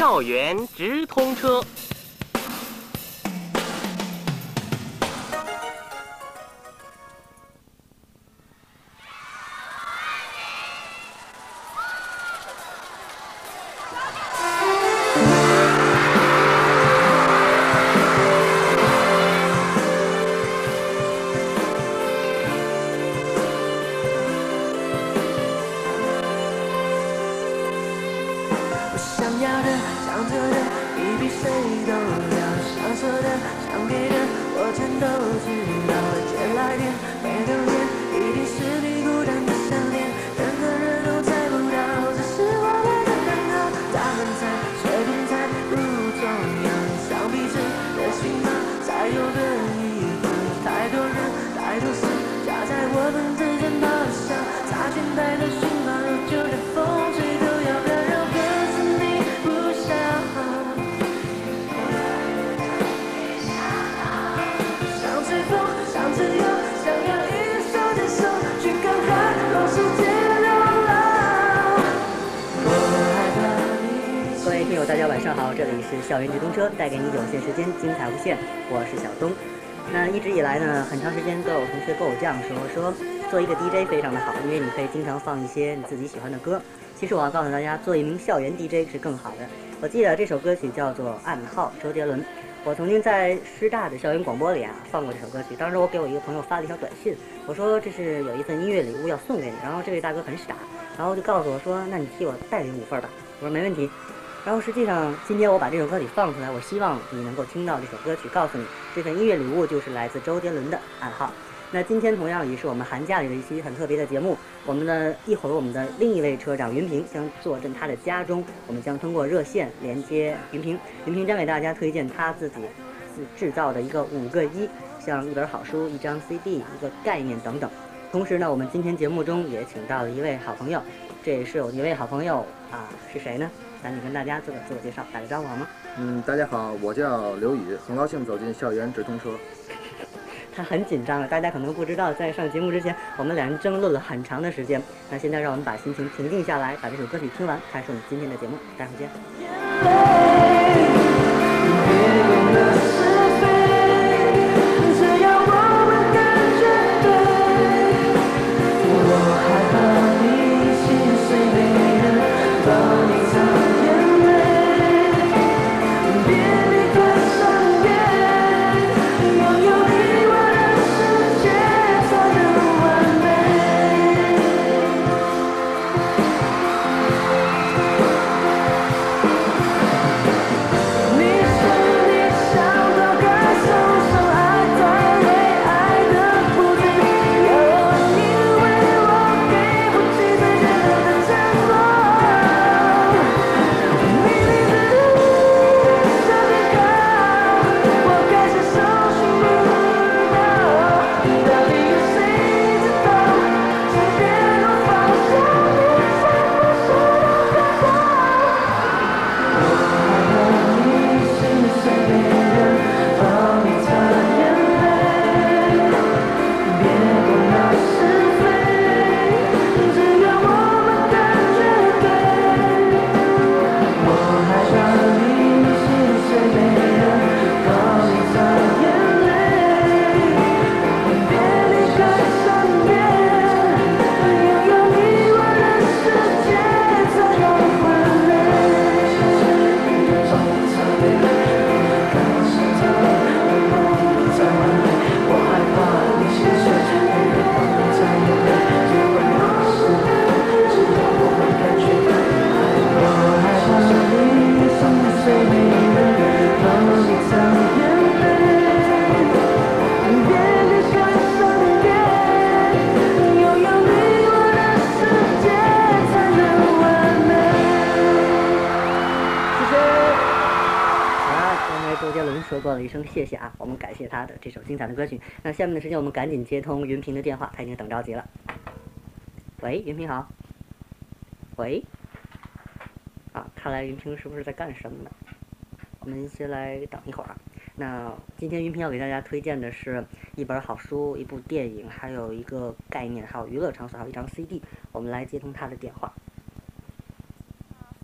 校园直通车。 大家晚上好，这里是校园直通车，带给你有限时间精彩无限，我是小东。那一直以来呢，很长时间都有同学跟我这样说做一个 DJ 非常的好，因为你可以经常放一些你自己喜欢的歌。其实我要告诉大家，做一名校园 DJ 是更好的。我记得这首歌曲叫做《暗号》，周杰伦。我曾经在师大的校园广播里放过这首歌曲，当时我给我一个朋友发了一条短信，我说这是有一份音乐礼物要送给你，然后这位大哥很傻，然后就告诉我说，那你替我带领5份吧。我说没问题。然后实际上今天我把这首歌曲放出来，我希望你能够听到这首歌曲，告诉你这份音乐礼物就是来自周杰伦的《暗号》。那今天同样也是我们寒假里的一期很特别的节目，一会儿我们的另一位车长云平将坐镇他的家中，我们将通过热线连接云平，云平将给大家推荐他自己制造的一个5个1，像一本好书、一张 CD、一个概念等等。同时呢，我们今天节目中也请到了一位好朋友，这也是我一位好朋友是谁呢？咱你跟大家做个自我介绍，打个招呼好吗？ 大家好，我叫刘宇，很高兴走进校园直通车。 他很紧张了，大家可能不知道，在上节目之前，我们2人争论了很长的时间。那现在让我们把心情平静下来，把这首歌曲听完，开始我们今天的节目，待会儿见。说过了一声谢谢我们感谢他的这首精彩的歌曲。那下面的时间我们赶紧接通云平的电话，他已经等着急了。喂，云平好。喂。看来云平是不是在干什么呢？我们先来等一会儿那今天云平要给大家推荐的是一本好书、一部电影，还有一个概念，还有娱乐场所，还有一张 CD。我们来接通他的电话。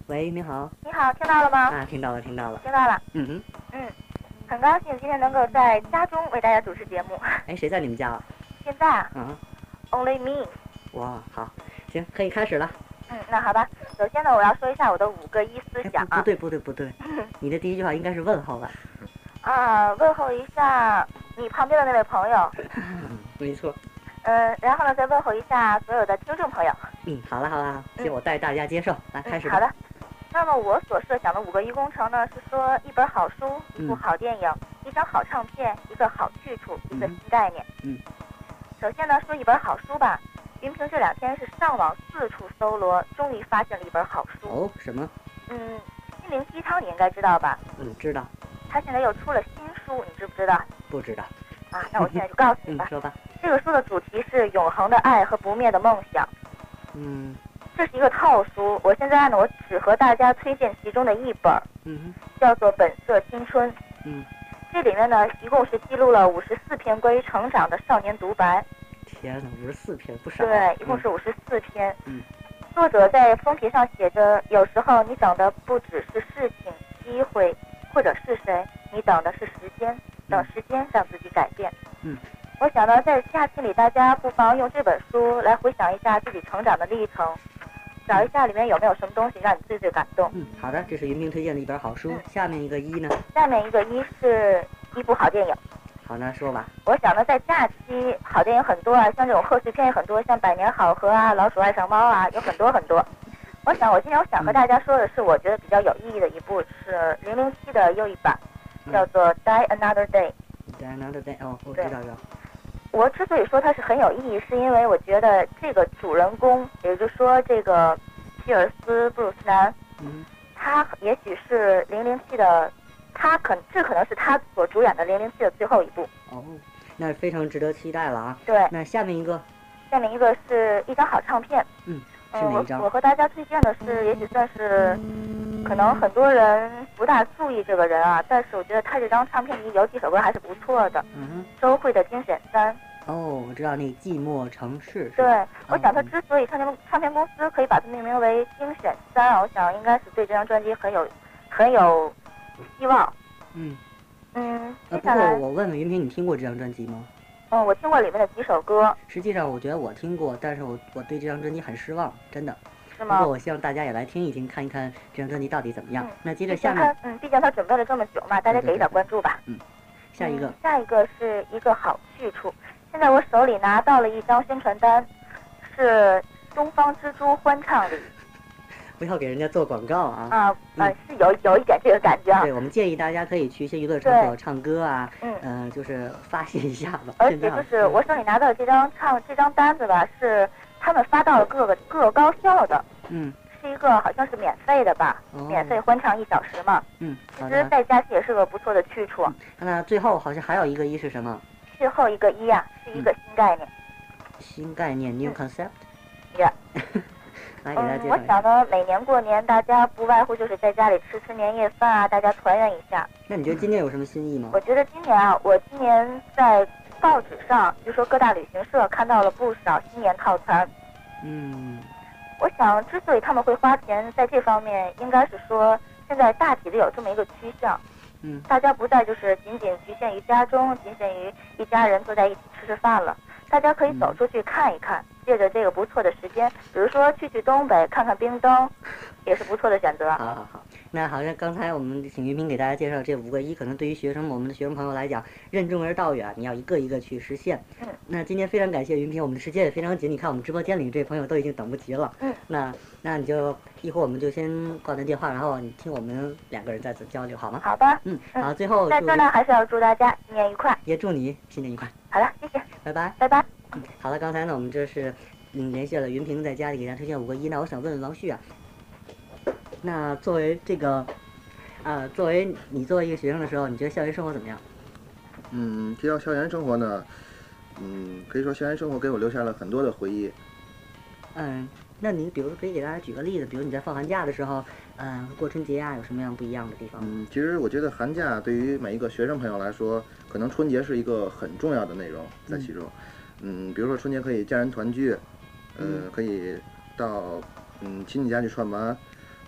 喂，你好。 你好，听到了吗？ 啊，听到了，听到了。 听到了。 嗯很高兴今天能够在家中为大家主持节目。 哎，谁在你们家啊？ 现在啊 ，Only me。 哇，好，行，可以开始了。 那好吧。首先呢，我要说一下我的5个一思想啊。 不对，你的第一句话应该是问候吧？ 问候一下你旁边的那位朋友。 没错。 然后呢，再问候一下所有的听众朋友。 好了，行，我带大家接受，来开始吧。 好的。那么我所设想的5个一工程呢，是说一本好书、一部好电影、一张好唱片、一个好去处、一个新概念。首先呢，说一本好书吧。云平这2天是上网4处搜罗，终于发现了一本好书。 哦，什么？ 心灵鸡汤你应该知道吧？ 知道。 他现在又出了新书，你知不知道？ 不知道。 那我现在就告诉你吧。 说吧。 这个书的主题是永恒的爱和不灭的梦想。这是一个套书，我现在呢，我只和大家推荐其中的一本，叫做《本色青春》。这里面呢，一共是记录了54篇关于成长的少年独白。 天哪，54篇不少。 对，一共是54篇。作者在封皮上写着：有时候你等的不只是事情、机会，或者是谁，你等的是时间，等时间让自己改变。我想呢，在假期里，大家不妨用这本书来回想一下自己成长的历程，找一下里面有没有什么东西让你最感动。 好的，这是云平推荐的一本好书。下面一个一呢？ 下面一个一是一部好电影。 好，那说吧。 我想呢，在假期好电影很多啊，像这种贺岁片也很多，像《百年好合》啊，《老鼠爱上猫》啊，有很多很多。我今天想和大家说的是，我觉得比较有意义的一部是007的又一版，叫做《Die Another Day》。Die Another Day，我知道。 我之所以说它是很有意义，是因为我觉得这个主人公，也就是说这个皮尔斯·布鲁斯南，他也许是007的，这可能是他所主演的007的最后一部。 那非常值得期待了啊。 对。 那下面一个是一张好唱片。 是哪一张？ 我和大家推荐的是，也许算是，可能很多人不大注意这个人啊，但是我觉得他这张唱片里有几首歌还是不错的。周蕙的精选3。 我知道那寂寞城市。 对，我想他之所以唱片公司可以把它命名为精选3，我想应该是对这张专辑很有希望。 不过我问问云平，你听过这张专辑吗？ 我听过里面的几首歌。 实际上，我觉得我听过，但是我对这张专辑很失望，真的。 是吗？ 不过我希望大家也来听一听，看一看这张专辑到底怎么样。那接着下面， 毕竟他准备了这么久嘛，大家给一点关注吧。 下一个。 下一个是一个好去处。现在我手里拿到了一张宣传单，是东方之珠欢唱里。 不要给人家做广告啊！ 是有一点这个感觉啊。 对，我们建议大家可以去一些娱乐场所唱歌啊，就是发泄一下吧。 而且就是我手里拿到的这张单子吧，是他们发到了各个高校的。是一个好像是免费的吧，免费欢唱1小时嘛。其实在假期也是个不错的去处。 那最后好像还有一个一是什么？ 最后一个一啊，是一个新概念。 新概念 ，new concept。来给大家介绍。 我想呢，每年过年大家不外乎就是在家里吃年夜饭啊，大家团圆一下。 那你觉得今年有什么新意吗？ 我觉得今年在报纸上，就说各大旅行社看到了不少新年套餐。我想之所以他们会花钱在这方面，应该是说现在大体的有这么一个趋向。大家不再就是仅仅局限于家中，仅限于一家人坐在一起吃饭了。大家可以走出去看一看，借着这个不错的时间，比如说去东北看看冰灯，也是不错的选择。 好，那好像刚才我们请云平给大家介绍这5个一，可能对于我们的学生朋友来讲，任重而道远，你要一个一个去实现。那今天非常感谢云平，我们的时间也非常紧，你看我们直播间里这朋友都已经等不及了。那你就一会儿我们就先挂断电话，然后你听我们2个人再次交流，好吗？ 好吧。 好，最后在这呢还是要祝大家新年愉快， 也祝你新年愉快。 好了，谢谢， 拜拜， 拜拜。 好了，刚才呢我们这是联系了云平在家里给大家推荐5个一，那我想问问王旭啊，那作为这个作为一个学生的时候，你觉得校园生活怎么样？ 提到校园生活呢，可以说校园生活给我留下了很多的回忆。 那你比如可以给大家举个例子，比如你在放寒假的时候，过春节啊，有什么样不一样的地方？ 其实我觉得寒假对于每一个学生朋友来说，可能春节是一个很重要的内容在其中。比如说春节可以家人团聚，可以到亲戚家去串门，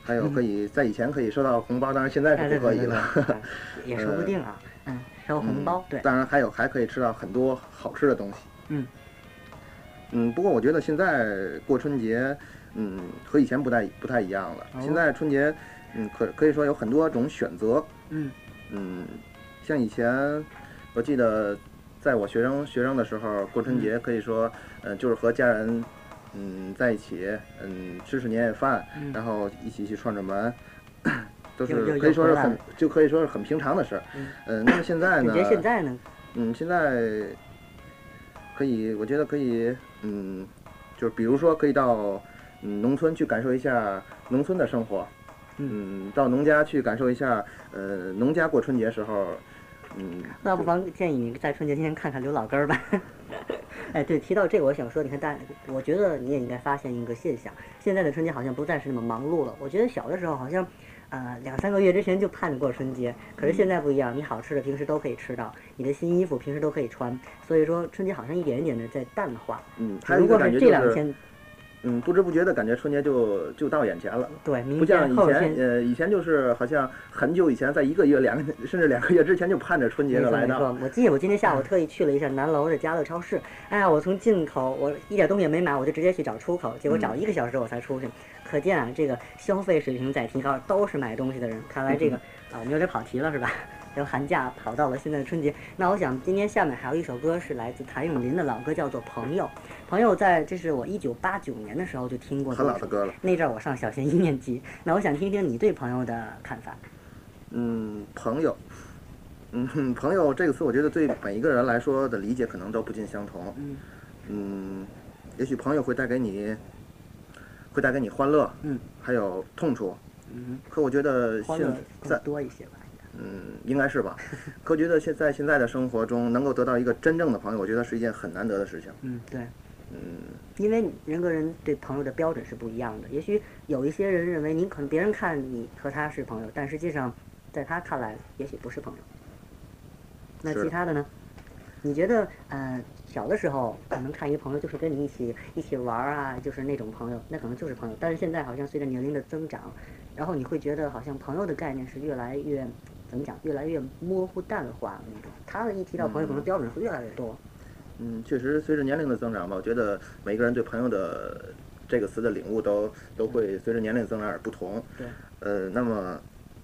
还有可以在以前可以收到红包，当然现在是不可以了， 也说不定啊。收红包，对。 当然还可以吃到很多好吃的东西。不过我觉得现在过春节，和以前不太一样了。现在春节，可以说有很多种选择。像以前，我记得在我学生的时候过春节，可以说，就是和家人，在一起，吃年夜饭，然后一起去串门，都是可以说是很平常的事儿。那么现在呢？ 现在呢？ 现在我觉得可以，就是比如说可以到农村去感受一下农村的生活，到农家去感受一下，农家过春节时候， 那不妨建议你在春节期间看看刘老根儿吧。哎，对，提到这个，我想说，你看我觉得你也应该发现一个现象，现在的春节好像不再是那么忙碌了。我觉得小的时候好像，2-3个月之前就盼着过春节，可是现在不一样，你好吃的平时都可以吃到，你的新衣服平时都可以穿，所以说春节好像一点一点的在淡化。 还有一个感觉就是， 这2天。 不知不觉的感觉春节就到眼前了。 对， 不像以前就是好像很久以前，在1个月、甚至2个月之前就盼着春节的来到。 我记得我今天下午特意去了一下南楼的家乐超市，哎呀，我从进口我一点东西也没买，我就直接去找出口，结果找1个小时我才出去。可见啊，这个消费水平在提高，都是买东西的人。看来这个我们有点跑题了，是吧？由寒假跑到了现在的春节。那我想今天下面还有一首歌是来自谭咏麟的老歌，叫做《朋友》。朋友这是我1989年的时候就听过， 很老的歌了。 那阵我上小学1年级。那我想听听你对朋友的看法。 朋友，朋友这个词，我觉得对每一个人来说的理解可能都不尽相同。也许朋友会带给你欢乐，还有痛楚。可我觉得现在多一些吧。 应该是吧。可我觉得现在的生活中，能够得到一个真正的朋友，我觉得是一件很难得的事情。 对。因为人跟人对朋友的标准是不一样的。也许有一些人认为可能别人看你和他是朋友，但实际上在他看来也许不是朋友。那其他的呢？你觉得小的时候可能看一个朋友就是跟你一起玩啊，就是那种朋友，那可能就是朋友。但是现在好像随着年龄的增长，然后你会觉得好像朋友的概念是越来越越来越模糊淡化那种。他一提到朋友，可能标准会越来越多。 确实，随着年龄的增长吧，我觉得每个人对朋友的这个词的领悟都会随着年龄增长而不同。 对。 那么，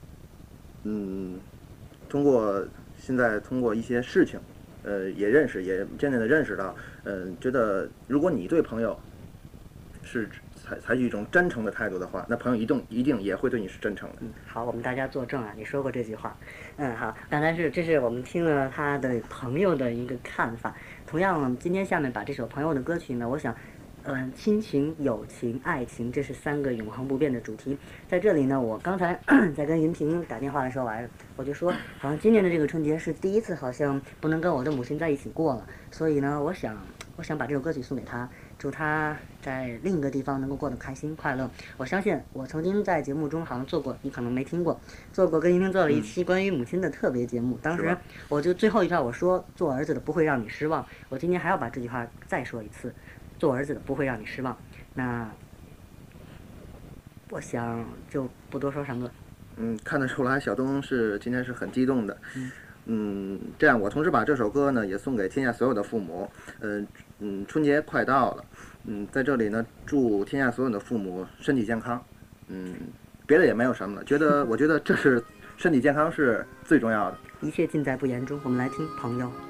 现在通过一些事情，也渐渐的认识到，觉得如果你对朋友是采取一种真诚的态度的话，那朋友一定也会对你是真诚的。 好，我们大家作证啊，你说过这句话。好，刚才这是我们听了他的朋友的一个看法。同样，今天下面把这首朋友的歌曲呢，我想，亲情、友情、爱情，这是3个永恒不变的主题。在这里呢，我刚才在跟云平打电话的时候我就说，好像今年的这个春节是第一次，好像不能跟我的母亲在一起过了。所以呢，我想把这首歌曲送给她，祝她在另一个地方能够过得开心快乐。我相信我曾经在节目中好像做过，你可能没听过，跟云平做了一期关于母亲的特别节目。当时我就最后一条我说，做儿子的不会让你失望。我今天还要把这句话再说一次，做儿子的不会让你失望。那我想就不多说什么了。 看得出来小东今天是很激动的。这样我同时把这首歌呢也送给天下所有的父母。春节快到了，在这里呢祝天下所有的父母身体健康。别的也没有什么了。我觉得这是身体健康是最重要的。 一切尽在不言中。我们来听朋友。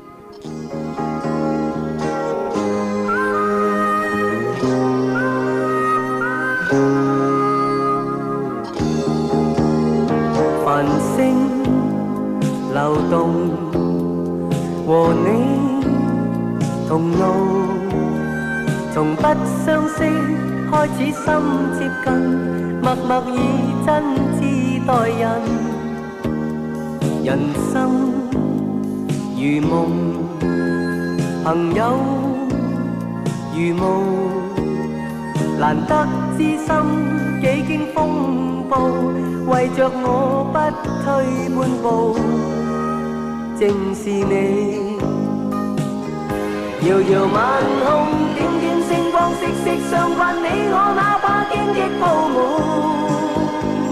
繁星流動，和你同路，從不相識開始心接近，默默以真摯待人。人生如夢，朋友如霧，難得知心幾經風暴。為着我不退半步，正是你。遙遙晚空，點點星光息息相關，你我哪怕荊棘鋪滿，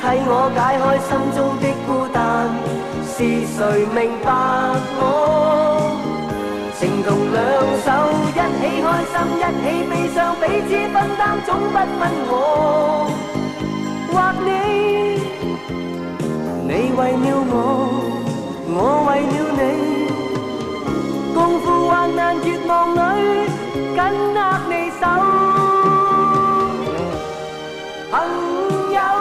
替我解開心中的孤單，是誰明白我？情同兩手，一起開心，一起悲傷，彼此分擔，總不分我或你。你為了我為了你，共赴患難絕望裏，緊握你手。朋友，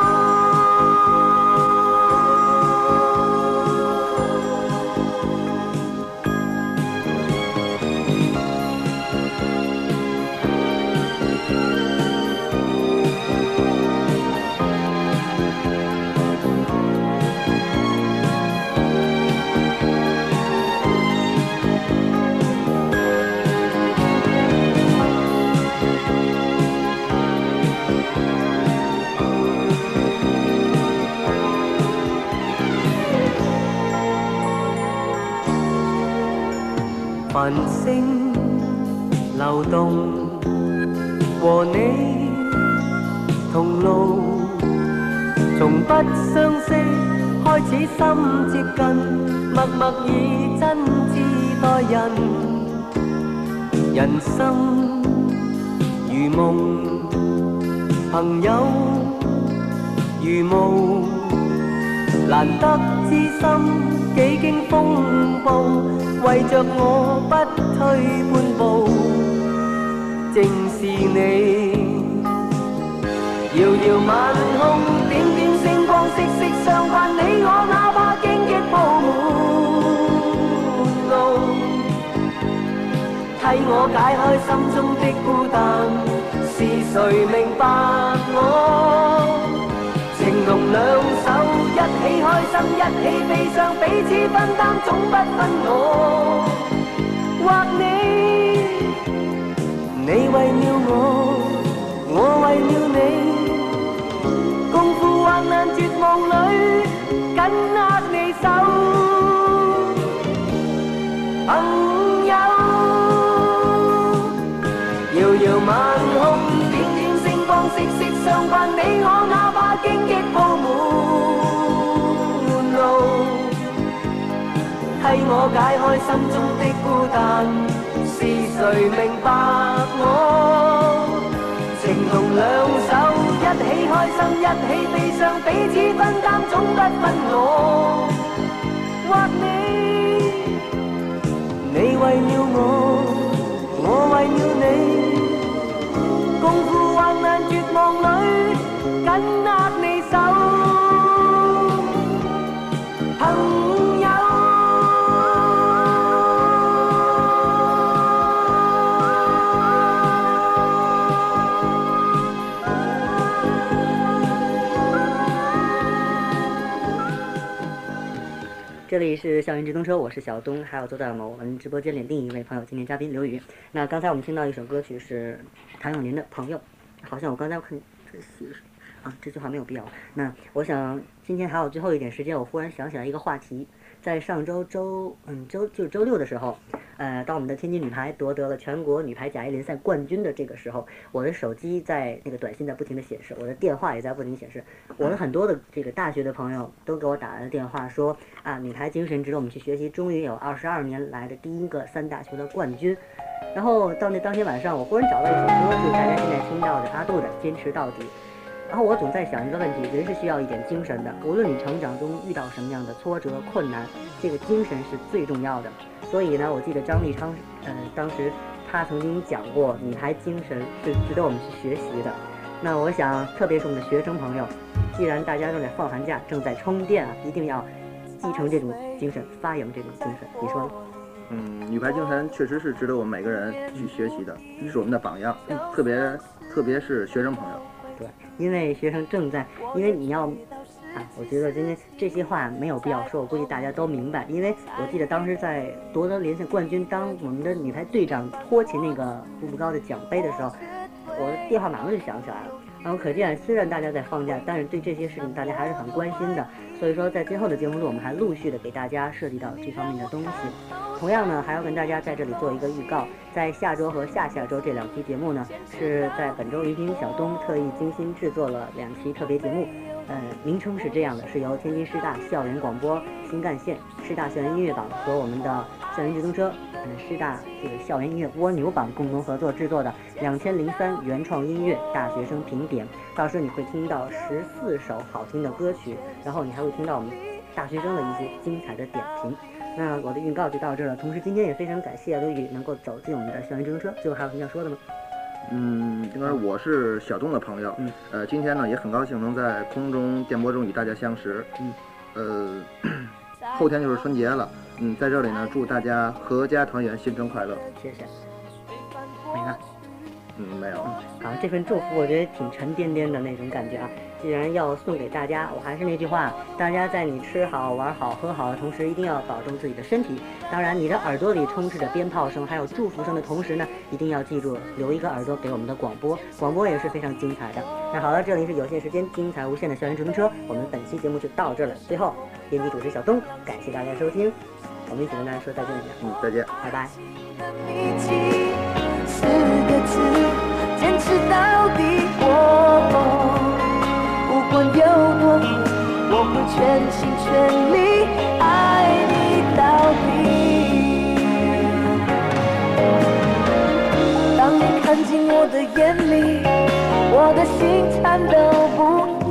繁星流動，和你同路，從不相識開始心接近，默默以真摯待人。人生如夢，朋友如霧，難得知心幾經風暴。為着我不退半步，正是你。遙遙晚空，點點星光，息息相關。你我哪怕荊棘鋪滿路，替我解開心中的孤單，是誰明白我？情同兩手，一起開心，一起悲傷，彼此分擔，總不分我或你。你為了我為了你，共赴患難絕望裏，緊握你手。朋友，遙遙晚空，點點星光，息息相關。你我哪怕荊棘鋪滿路，替我解開心中的孤單，是誰明白我？情同兩手，一起開心，一起悲傷，彼此分擔，總不分我或你。你為了我為了你，共赴患難絕望裏，緊握你手。朋友， 这里是校园直通车，我是小东，还有坐在我们直播间里另一位朋友，今天嘉宾刘宇。那刚才我们听到一首歌曲是谭咏麟的《朋友》，好像我刚才看这句话没有必要。那我想今天还有最后一点时间，我忽然想起来一个话题，在上周周六的时候，当我们的天津女排夺得了全国女排甲 A 联赛冠军的这个时候，我的手机在那个短信在不停的显示，我的电话也在不停显示，我的很多的这个大学的朋友都给我打来了电话说啊，女排精神值得我们去学习，终于有22年来的第一个3大球的冠军。然后到那当天晚上，我忽然找到一首歌，就是大家现在听到的阿杜的《坚持到底》。然后我总在想一个问题，人是需要一点精神的，无论你成长中遇到什么样的挫折困难，这个精神是最重要的。所以呢，我记得张立昌当时他曾经讲过，女排精神是值得我们去学习的。那我想特别是我们的学生朋友，既然大家正在放寒假，正在充电啊，一定要继承这种精神，发扬这种精神，你说呢？ 女排精神确实是值得我们每个人去学习的，是我们的榜样，特别是学生朋友。 对，因为学生正在，因为你要我觉得今天这些话没有必要说，我估计大家都明白。因为我记得当时在夺得联赛冠军，当我们的女排队长托起那个步步高的奖杯的时候，我的电话马上就响起来了。然后可见，虽然大家在放假，但是对这些事情大家还是很关心的。所以说，在今后的节目中，我们还陆续的给大家涉及到这方面的东西。同样呢，还要跟大家在这里做一个预告，在下周和下下周这2期节目呢，是在本周于今小东特意精心制作了2期特别节目。 名称是这样的，是由天津师大校园广播新干线、师大校园音乐榜和我们的校园直通车，师大这个校园音乐蜗牛榜共同合作制作的2003原创音乐大学生评点。到时候你会听到14首好听的歌曲，然后你还会听到我们大学生的一些精彩的点评。那我的预告就到这了，同时今天也非常感谢刘宇能够走进我们的校园直通车。最后还有什么要说的吗？ 因为我是小东的朋友，今天呢也很高兴能在空中电波中与大家相识，后天就是春节了，在这里呢祝大家阖家团圆，新春快乐。 谢谢。没了。 没有。 好，这份祝福我觉得挺沉甸甸的那种感觉啊。既然要送给大家，我还是那句话，大家在你吃好玩好喝好的同时，一定要保重自己的身体。当然你的耳朵里充斥着鞭炮声还有祝福声的同时呢，一定要记住留一个耳朵给我们的广播，广播也是非常精彩的。那好了，这里是有限时间精彩无限的校园直通车，我们本期节目就到这了。最后编辑主持小东，感谢大家收听，我们一起跟大家说再见一下。 再见， 拜拜。 4个字，坚持到底，不管有多苦，我会全心全力爱你到底。当你看进我的眼里，我的心颤抖不已。